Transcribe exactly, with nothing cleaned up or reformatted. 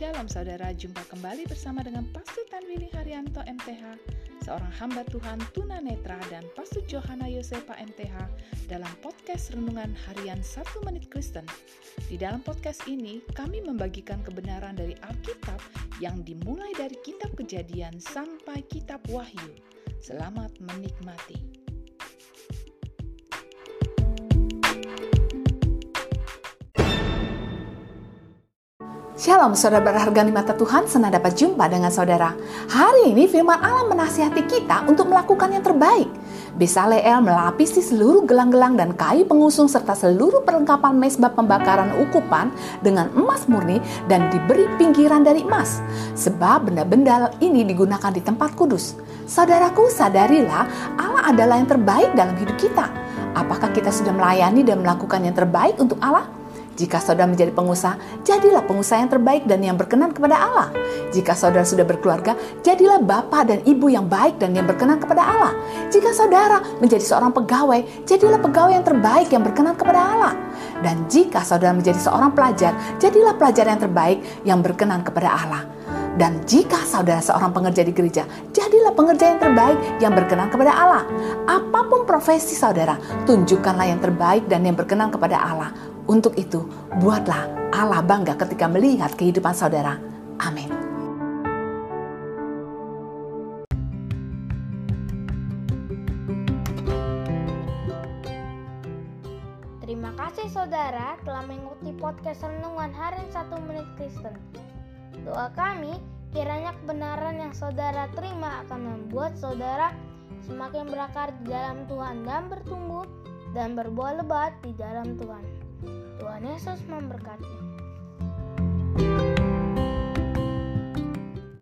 Shalom saudara, jumpa kembali bersama dengan Pastor Tanwili Haryanto M T H, seorang hamba Tuhan tunanetra, dan Pastor Johana Yosepa M T H dalam podcast Renungan Harian satu Menit Kristen. Di dalam podcast ini, kami membagikan kebenaran dari Alkitab yang dimulai dari Kitab Kejadian sampai Kitab Wahyu. Selamat menikmati. Shalom saudara berharga di mata Tuhan, senang dapat jumpa dengan saudara. Hari ini firman Allah menasihati kita untuk melakukan yang terbaik. Bezaleel melapisi seluruh gelang-gelang dan kayu pengusung serta seluruh perlengkapan mezbah pembakaran ukupan dengan emas murni dan diberi pinggiran dari emas. Sebab benda-benda ini digunakan di tempat kudus. Saudaraku, sadarilah Allah adalah yang terbaik dalam hidup kita. Apakah kita sudah melayani dan melakukan yang terbaik untuk Allah? Jika saudara menjadi pengusaha, jadilah pengusaha yang terbaik dan yang berkenan kepada Allah. Jika saudara sudah berkeluarga, jadilah bapak dan ibu yang baik dan yang berkenan kepada Allah. Jika saudara menjadi seorang pegawai, jadilah pegawai yang terbaik yang berkenan kepada Allah. Dan jika saudara menjadi seorang pelajar, jadilah pelajar yang terbaik yang berkenan kepada Allah. Dan jika saudara seorang pengerja di gereja, jadilah pengerja yang terbaik yang berkenan kepada Allah. Apapun profesi saudara, tunjukkanlah yang terbaik dan yang berkenan kepada Allah. Untuk itu, buatlah Allah bangga ketika melihat kehidupan saudara. Amin. Terima kasih saudara telah mengikuti podcast Renungan Harian satu Menit Kristen. Doa kami, kiranya kebenaran yang saudara terima akan membuat saudara semakin berakar di dalam Tuhan dan bertumbuh dan berbuah lebat di dalam Tuhan. Tuhan Yesus memberkati.